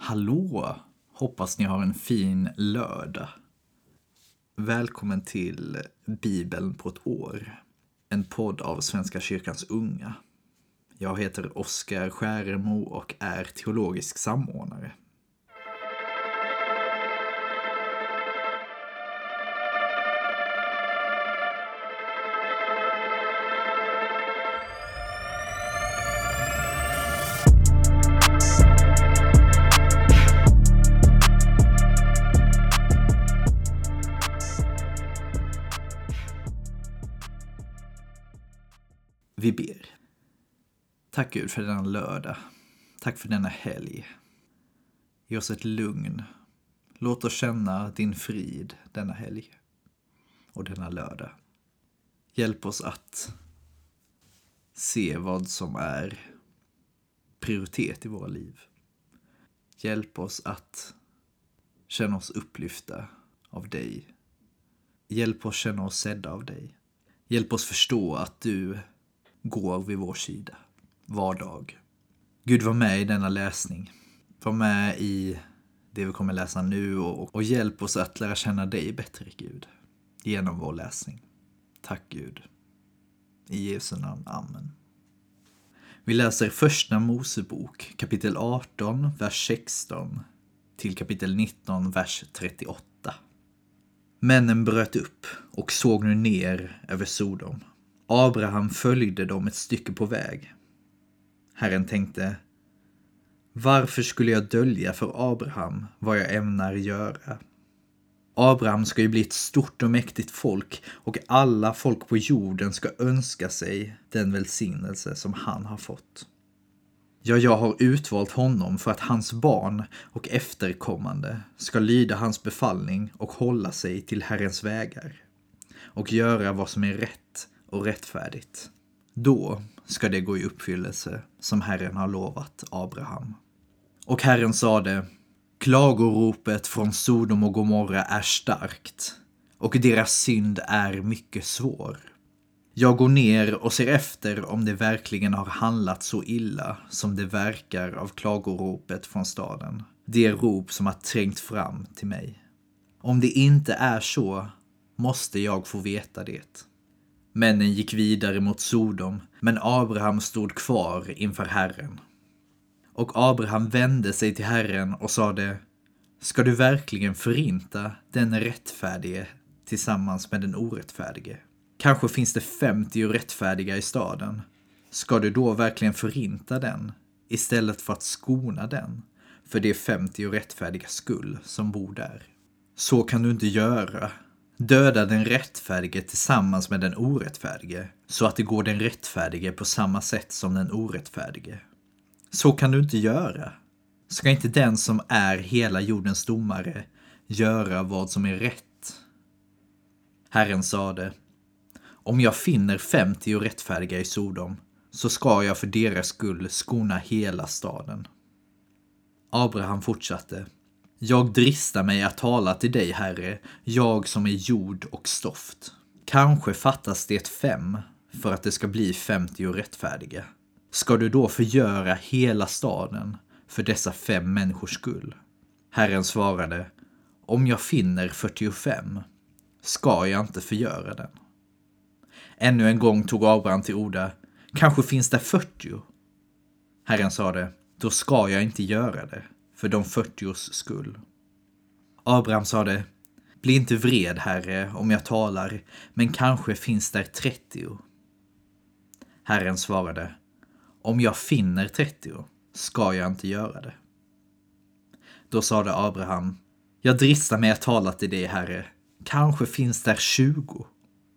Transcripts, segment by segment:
Hallå! Hoppas ni har en fin lördag. Välkommen till Bibeln på ett år. En podd av Svenska kyrkans unga. Jag heter Oskar Skäremo och är teologisk samordnare. Vi ber. Tack Gud för denna lördag. Tack för denna helg. Ge oss ett lugn. Låt oss känna din frid denna helg och denna lördag. Hjälp oss att se vad som är prioritet i våra liv. Hjälp oss att känna oss upplyfta av dig. Hjälp oss känna oss sedda av dig. Hjälp oss förstå att du går vid vår sida var dag. Gud, var med i denna läsning. Var med i det vi kommer läsa nu och hjälp oss att lära känna dig bättre, Gud, genom vår läsning. Tack Gud. I Jesu namn, amen. Vi läser första Mosebok, kapitel 18, vers 16 till kapitel 19, vers 38. Männen bröt upp och såg nu ner över Sodom. Abraham följde dem ett stycke på väg. Herren tänkte: varför skulle jag dölja för Abraham vad jag ämnar göra? Abraham ska ju bli ett stort och mäktigt folk, och alla folk på jorden ska önska sig den välsignelse som han har fått. Ja, jag har utvalt honom för att hans barn och efterkommande ska lyda hans befallning och hålla sig till Herrens vägar och göra vad som är rätt och rättfärdigt. Då ska det gå i uppfyllelse som Herren har lovat Abraham. Och Herren sade: klagoropet från Sodom och Gomorra är starkt, och deras synd är mycket svår. Jag går ner och ser efter om det verkligen har handlat så illa som det verkar av klagoropet från staden. Det rop som har trängt fram till mig. Om det inte är så, måste jag få veta det. Männen gick vidare mot Sodom, men Abraham stod kvar inför Herren. Och Abraham vände sig till Herren och sade: ska du verkligen förinta den rättfärdige tillsammans med den orättfärdige? Kanske finns det 50 rättfärdiga i staden. Ska du då verkligen förinta den istället för att skona den för det 50 rättfärdiga skull som bor där? Så kan du inte göra. Döda den rättfärdige tillsammans med den orättfärdige, så att det går den rättfärdige på samma sätt som den orättfärdige. Så kan du inte göra. Ska inte den som är hela jordens domare göra vad som är rätt? Herren sade: om jag finner 50 rättfärdiga i Sodom, så ska jag för deras skull skona hela staden. Abraham fortsatte: jag dristar mig att tala till dig, Herre, jag som är jord och stoft. Kanske fattas det 5 för att det ska bli 50 rättfärdiga. Ska du då förgöra hela staden för dessa 5 människors skull? Herren svarade: om jag finner 45, ska jag inte förgöra den. Ännu en gång tog Abraham till orda: kanske finns det 40. Herren sade: då ska jag inte göra det för de 40:s skull. Abraham sade: bli inte vred, Herre, om jag talar, men kanske finns där 30. Herren svarade: om jag finner 30, ska jag inte göra det. Då sade Abraham: jag dristar mig att tala till dig, Herre, kanske finns där 20.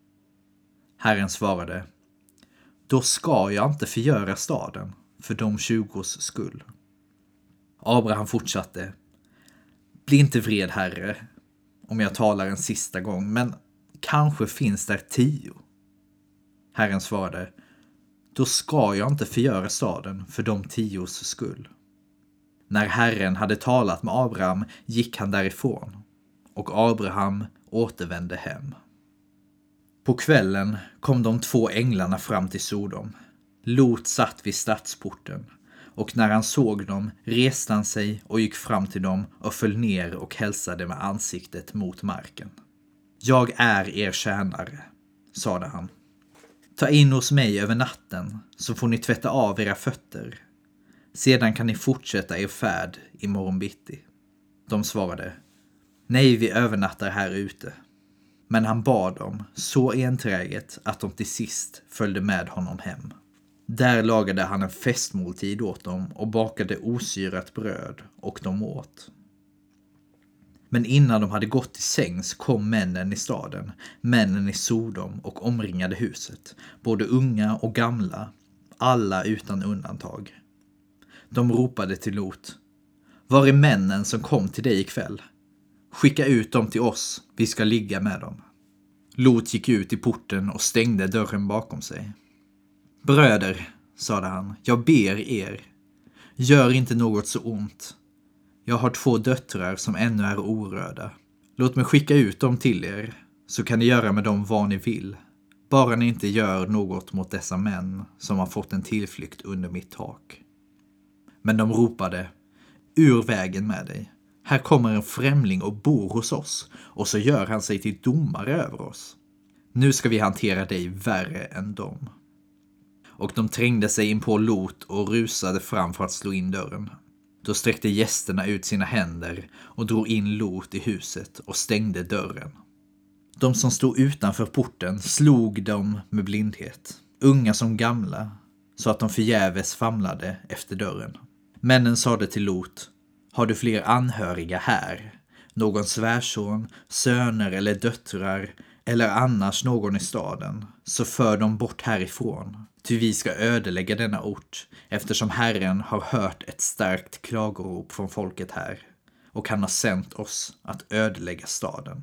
Herren svarade: då ska jag inte förgöra staden för de 20:s skull. Abraham fortsatte: bli inte vred, Herre, om jag talar en sista gång, men kanske finns där 10. Herren svarade: då ska jag inte förgöra staden för de 10:s skull. När Herren hade talat med Abraham gick han därifrån, och Abraham återvände hem. På kvällen kom de 2 änglarna fram till Sodom. Lot satt vid stadsporten, Och när han såg dem reste han sig och gick fram till dem och föll ner och hälsade med ansiktet mot marken. Jag är er tjänare, sade han. Ta in hos mig över natten så får ni tvätta av era fötter. Sedan kan ni fortsätta er färd imorgon bitti. De svarade, nej, vi övernattar här ute. Men han bad dem så enträget att de till sist följde med honom hem. Där lagade han en festmåltid åt dem och bakade osyrat bröd och de åt. Men innan de hade gått till sängs kom männen i staden, männen i Sodom och omringade huset, både unga och gamla, alla utan undantag. De ropade till Lot, var är männen som kom till dig ikväll? Skicka ut dem till oss, vi ska ligga med dem. Lot gick ut i porten och stängde dörren bakom sig. Bröder, sade han, jag ber er, gör inte något så ont. Jag har 2 döttrar som ännu är orörda. Låt mig skicka ut dem till er, så kan ni göra med dem vad ni vill. Bara ni inte gör något mot dessa män som har fått en tillflykt under mitt tak. Men de ropade, ur vägen med dig. Här kommer en främling och bor hos oss, och så gör han sig till domare över oss. Nu ska vi hantera dig värre än dem. Och de trängde sig in på Lot och rusade fram för att slå in dörren. Då sträckte gästerna ut sina händer och drog in Lot i huset och stängde dörren. De som stod utanför porten slog dem med blindhet, unga som gamla, så att de förgäves famlade efter dörren. Männen sade till Lot, har du fler anhöriga här? Någon svärson, söner eller döttrar, eller annars någon i staden, så för dem bort härifrån. Ty vi ska ödelägga denna ort, eftersom Herren har hört ett starkt klagorop från folket här, och han har sänt oss att ödelägga staden.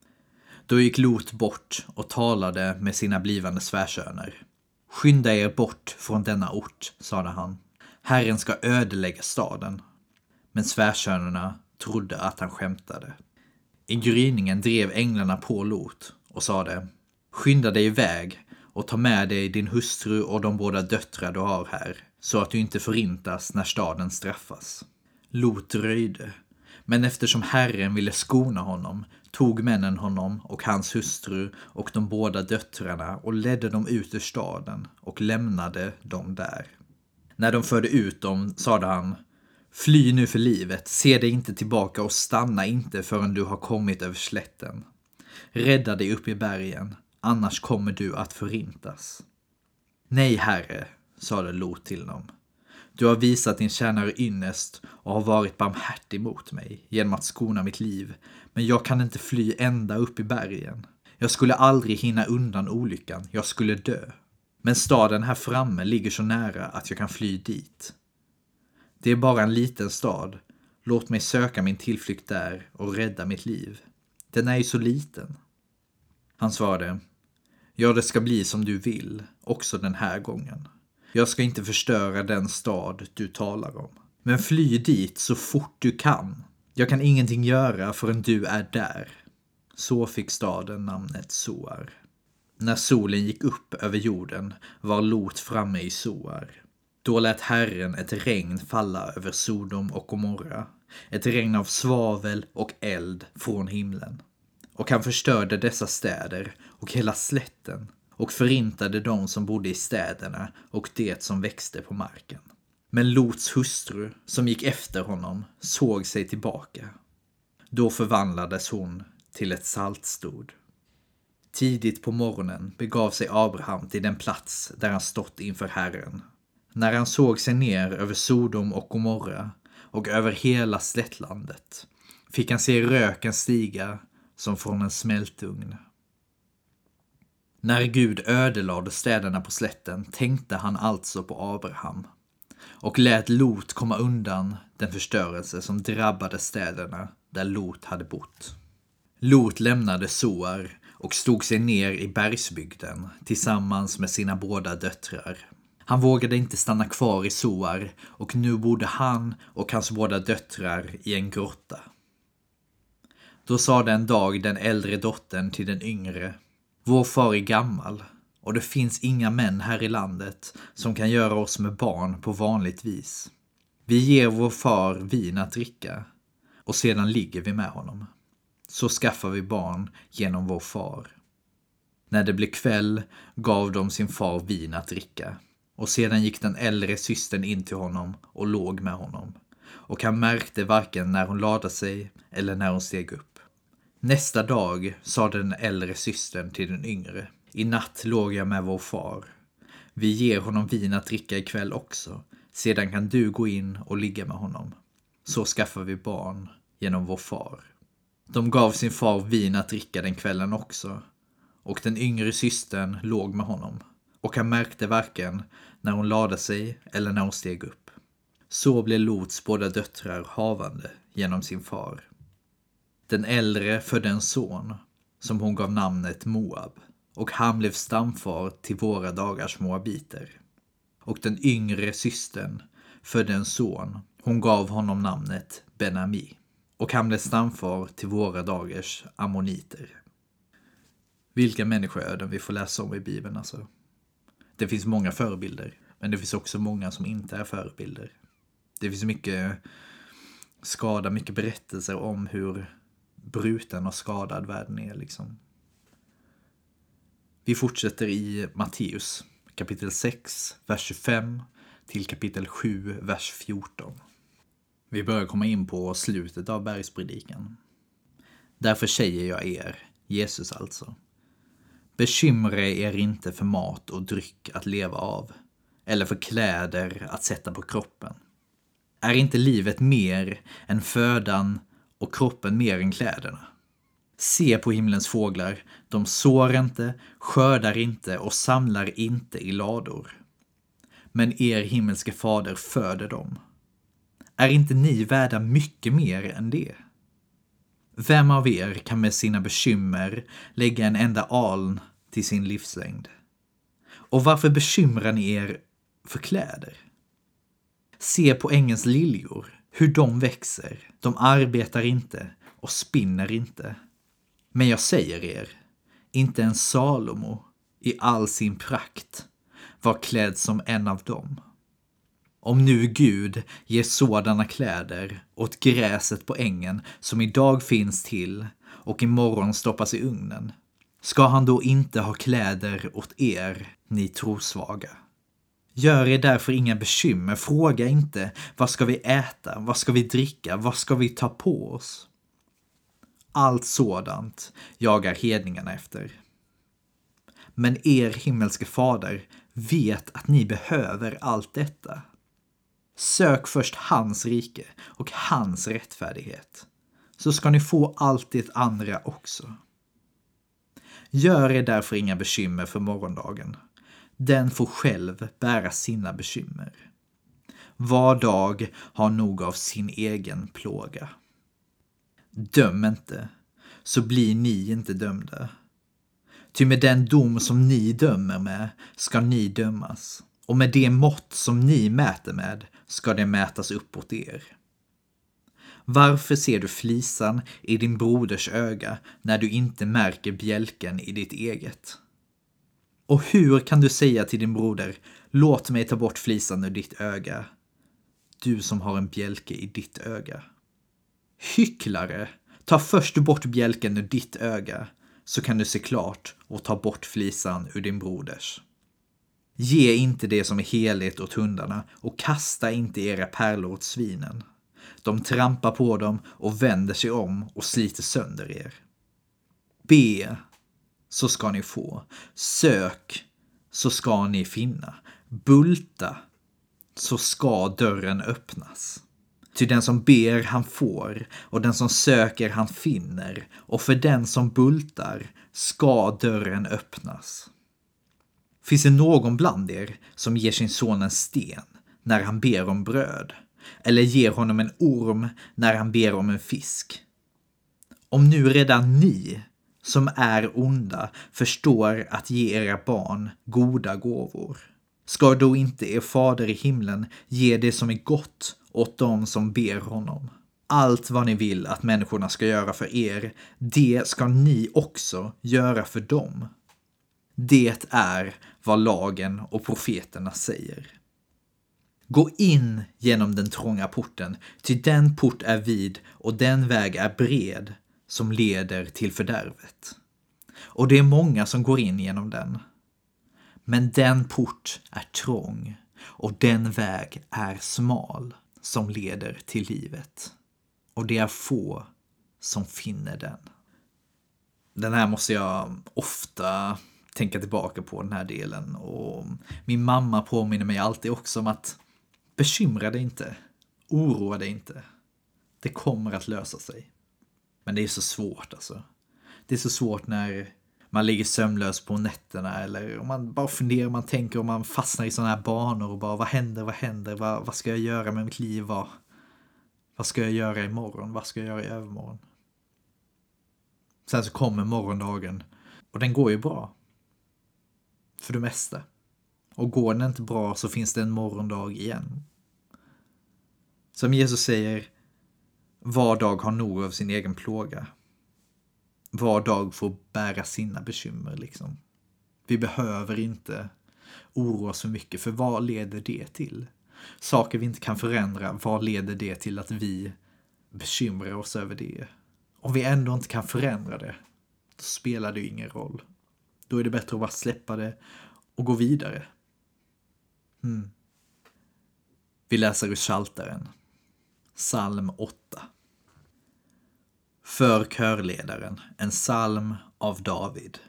Då gick Lot bort och talade med sina blivande svärsöner. Skynda er bort från denna ort, sade han. Herren ska ödelägga staden. Men svärsönerna trodde att han skämtade. I gryningen drev änglarna på Lot och sade, skynda dig iväg och ta med dig din hustru och de båda döttrar du har här, så att du inte förintas när staden straffas. Lot dröjde, men eftersom Herren ville skona honom, tog männen honom och hans hustru och de båda döttrarna och ledde dem ut ur staden och lämnade dem där. När de förde ut dem sade han, fly nu för livet, se dig inte tillbaka och stanna inte förrän du har kommit över slätten. Rädda dig upp i bergen, annars kommer du att förintas. Nej, herre, sade Lot till dem. Du har visat din tjänare ynnest och har varit barmhärtig mot mig genom att skona mitt liv, men jag kan inte fly ända upp i bergen. Jag skulle aldrig hinna undan olyckan, jag skulle dö. Men staden här framme ligger så nära att jag kan fly dit. Det är bara en liten stad. Låt mig söka min tillflykt där och rädda mitt liv. Den är ju så liten. Han svarade, ja, det ska bli som du vill, också den här gången. Jag ska inte förstöra den stad du talar om. Men fly dit så fort du kan. Jag kan ingenting göra förrän du är där. Så fick staden namnet Soar. När solen gick upp över jorden var Lot framme i Soar. Då lät Herren ett regn falla över Sodom och Gomorra. Ett regn av svavel och eld från himlen. Och han förstörde dessa städer och hela slätten och förintade de som bodde i städerna och det som växte på marken. Men Lots hustru, som gick efter honom, såg sig tillbaka. Då förvandlades hon till ett saltstod. Tidigt på morgonen begav sig Abraham till den plats där han stått inför Herren. När han såg sig ner över Sodom och Gomorra och över hela slättlandet fick han se röken stiga som från en smältugn. När Gud ödelade städerna på slätten tänkte han alltså på Abraham och lät Lot komma undan den förstörelse som drabbade städerna där Lot hade bott. Lot lämnade Soar och stod sig ner i bergsbygden tillsammans med sina båda döttrar. Han vågade inte stanna kvar i Soar och nu bodde han och hans båda döttrar i en grotta. Då sade en dag den äldre dottern till den yngre, vår far är gammal och det finns inga män här i landet som kan göra oss med barn på vanligt vis. Vi ger vår far vin att dricka och sedan ligger vi med honom. Så skaffar vi barn genom vår far. När det blev kväll gav de sin far vin att dricka och sedan gick den äldre systern in till honom och låg med honom. Och han märkte varken när hon lade sig eller när hon steg upp. Nästa dag sa den äldre systern till den yngre: i natt låg jag med vår far. Vi ger honom vin att dricka ikväll också. Sedan kan du gå in och ligga med honom. Så skaffar vi barn genom vår far. De gav sin far vin att dricka den kvällen också. Och den yngre systern låg med honom. Och han märkte varken när hon lade sig eller när hon steg upp. Så blev Lots båda döttrar havande genom sin far. Den äldre födde en son som hon gav namnet Moab. Och han blev stamfar till våra dagars moabiter. Och den yngre systern födde en son. Hon gav honom namnet Ben-Ami. Och han blev stamfar till våra dagars ammoniter. Vilka människoöden vi får läsa om i Bibeln alltså. Det finns många förebilder. Men det finns också många som inte är förebilder. Det finns mycket skada, mycket berättelser om hur bruten och skadad världen är liksom. Vi fortsätter i Matteus kapitel 6, vers 25 till kapitel 7, vers 14. Vi börjar komma in på slutet av bergspredikan. Därför säger jag er, Jesus alltså, bekymra er inte för mat och dryck att leva av, eller för kläder att sätta på kroppen. Är inte livet mer än födan och kroppen mer än kläderna? Se på himlens fåglar, de sår inte, skördar inte och samlar inte i lador. Men er himmelske fader föder dem. Är inte ni värda mycket mer än det? Vem av er kan med sina bekymmer lägga en enda aln till sin livslängd? Och varför bekymrar ni er för kläder? Se på ängens liljor, hur de växer. De arbetar inte och spinner inte. Men jag säger er, inte en Salomo i all sin prakt var klädd som en av dem. Om nu Gud ger sådana kläder åt gräset på ängen som idag finns till och imorgon stoppas i ugnen, ska han då inte ha kläder åt er, ni trosvaga? Gör er därför inga bekymmer, fråga inte vad ska vi äta, vad ska vi dricka, vad ska vi ta på oss? Allt sådant jagar hedningarna efter. Men er himmelske fader vet att ni behöver allt detta. Sök först hans rike och hans rättfärdighet, så ska ni få allt det andra också. Gör er därför inga bekymmer för morgondagen. Den får själv bära sina bekymmer. Var dag har nog av sin egen plåga. Döm inte, så blir ni inte dömda. Ty med den dom som ni dömer med ska ni dömas, och med det mått som ni mäter med ska det mätas uppåt er. Varför ser du flisan i din broders öga när du inte märker bjälken i ditt eget? Och hur kan du säga till din broder, låt mig ta bort flisan ur ditt öga, du som har en bjälke i ditt öga? Hycklare, ta först bort bjälken ur ditt öga, så kan du se klart och ta bort flisan ur din broders. Ge inte det som är heligt åt hundarna och kasta inte era pärlor åt svinen. De trampar på dem och vänder sig om och sliter sönder er. Be, så ska ni få. Sök, så ska ni finna. Bulta, så ska dörren öppnas. Ty den som ber han får, och den som söker han finner, och för den som bultar ska dörren öppnas. Finns det någon bland er som ger sin son en sten när han ber om bröd, eller ger honom en orm när han ber om en fisk? Om nu redan ni som är onda förstår att ge era barn goda gåvor, ska då inte er fader i himlen ge det som är gott åt dem som ber honom? Allt vad ni vill att människorna ska göra för er, det ska ni också göra för dem. Det är vad lagen och profeterna säger. Gå in genom den trånga porten, ty den port är vid och den väg är bred som leder till fördärvet. Och det är många som går in genom den. Men den port är trång och den väg är smal som leder till livet. Och det är få som finner den. Den här måste jag ofta tänka tillbaka på, den här delen. Och min mamma påminner mig alltid också om att bekymra dig inte, oroa dig inte. Det kommer att lösa sig. Men det är så svårt alltså. Det är så svårt när man ligger sömnlös på nätterna eller om man bara funderar, man tänker om man fastnar i sådana här banor och bara vad händer, vad ska jag göra med mitt liv, vad ska jag göra imorgon, vad ska jag göra i övermorgon. Sen så kommer morgondagen och den går ju bra. För det mesta. Och går den inte bra så finns det en morgondag igen. Som Jesus säger, var dag har nog av sin egen plåga. Var dag får bära sina bekymmer liksom. Vi behöver inte oroa oss för mycket, för vad leder det till? Saker vi inte kan förändra, vad leder det till att vi bekymrar oss över det? Om vi ändå inte kan förändra det, då spelar det ju ingen roll. Då är det bättre att bara släppa det och gå vidare. Vi läser ur Psaltaren. Psalm 8. För körledaren, en psalm av David.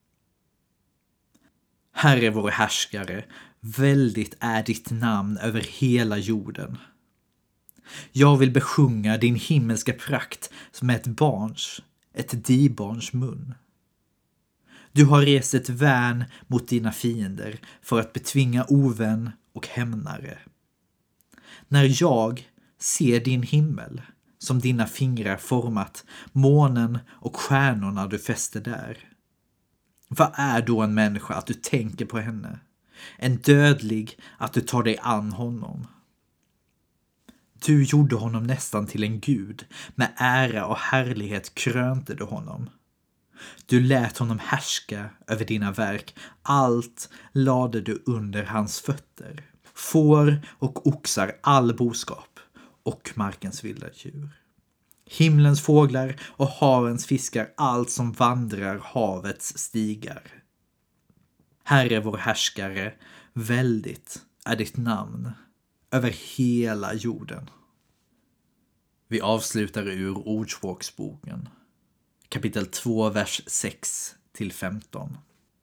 Herre vår härskare, väldigt är ditt namn över hela jorden. Jag vill besjunga din himmelska prakt som ett dibarns mun. Du har rest ett värn mot dina fiender för att betvinga ovän och hämnare. När jag ser din himmel, som dina fingrar format, månen och stjärnorna du fäster där. Vad är då en människa att du tänker på henne? En dödlig att du tar dig an honom? Du gjorde honom nästan till en gud, med ära och härlighet krönte du honom. Du lät honom härska över dina verk, allt lade du under hans fötter. Får och oxar, all boskap och markens vilda djur. Himlens fåglar och havens fiskar, allt som vandrar havets stigar. Herre vår härskare, väldigt är ditt namn över hela jorden. Vi avslutar ur Ordspråksboken, kapitel 2, vers 6-15.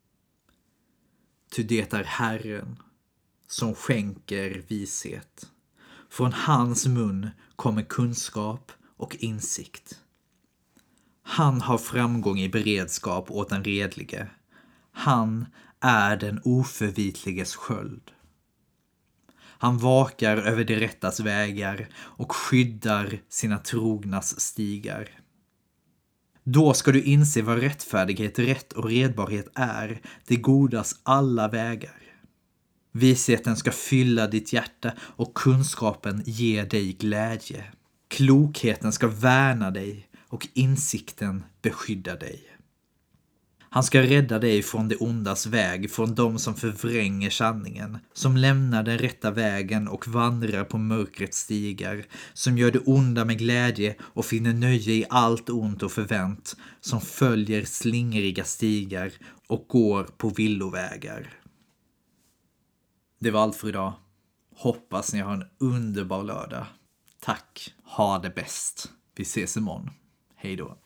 Ty det är Herren som skänker vishet. Från hans mun kommer kunskap och insikt. Han har framgång i beredskap åt den redlige. Han är den oförvitliges sköld. Han vakar över de rättas vägar och skyddar sina trognas stigar. Då ska du inse vad rättfärdighet, rätt och redbarhet är, det godas alla vägar. Visheten ska fylla ditt hjärta och kunskapen ge dig glädje. Klokheten ska värna dig och insikten beskydda dig. Han ska rädda dig från det ondas väg, från dem som förvränger sanningen, som lämnar den rätta vägen och vandrar på mörkrets stigar, som gör det onda med glädje och finner nöje i allt ont och förvänt, som följer slingriga stigar och går på villovägar. Det var allt för idag. Hoppas ni har en underbar lördag. Tack, ha det bäst. Vi ses imorgon. Hej då.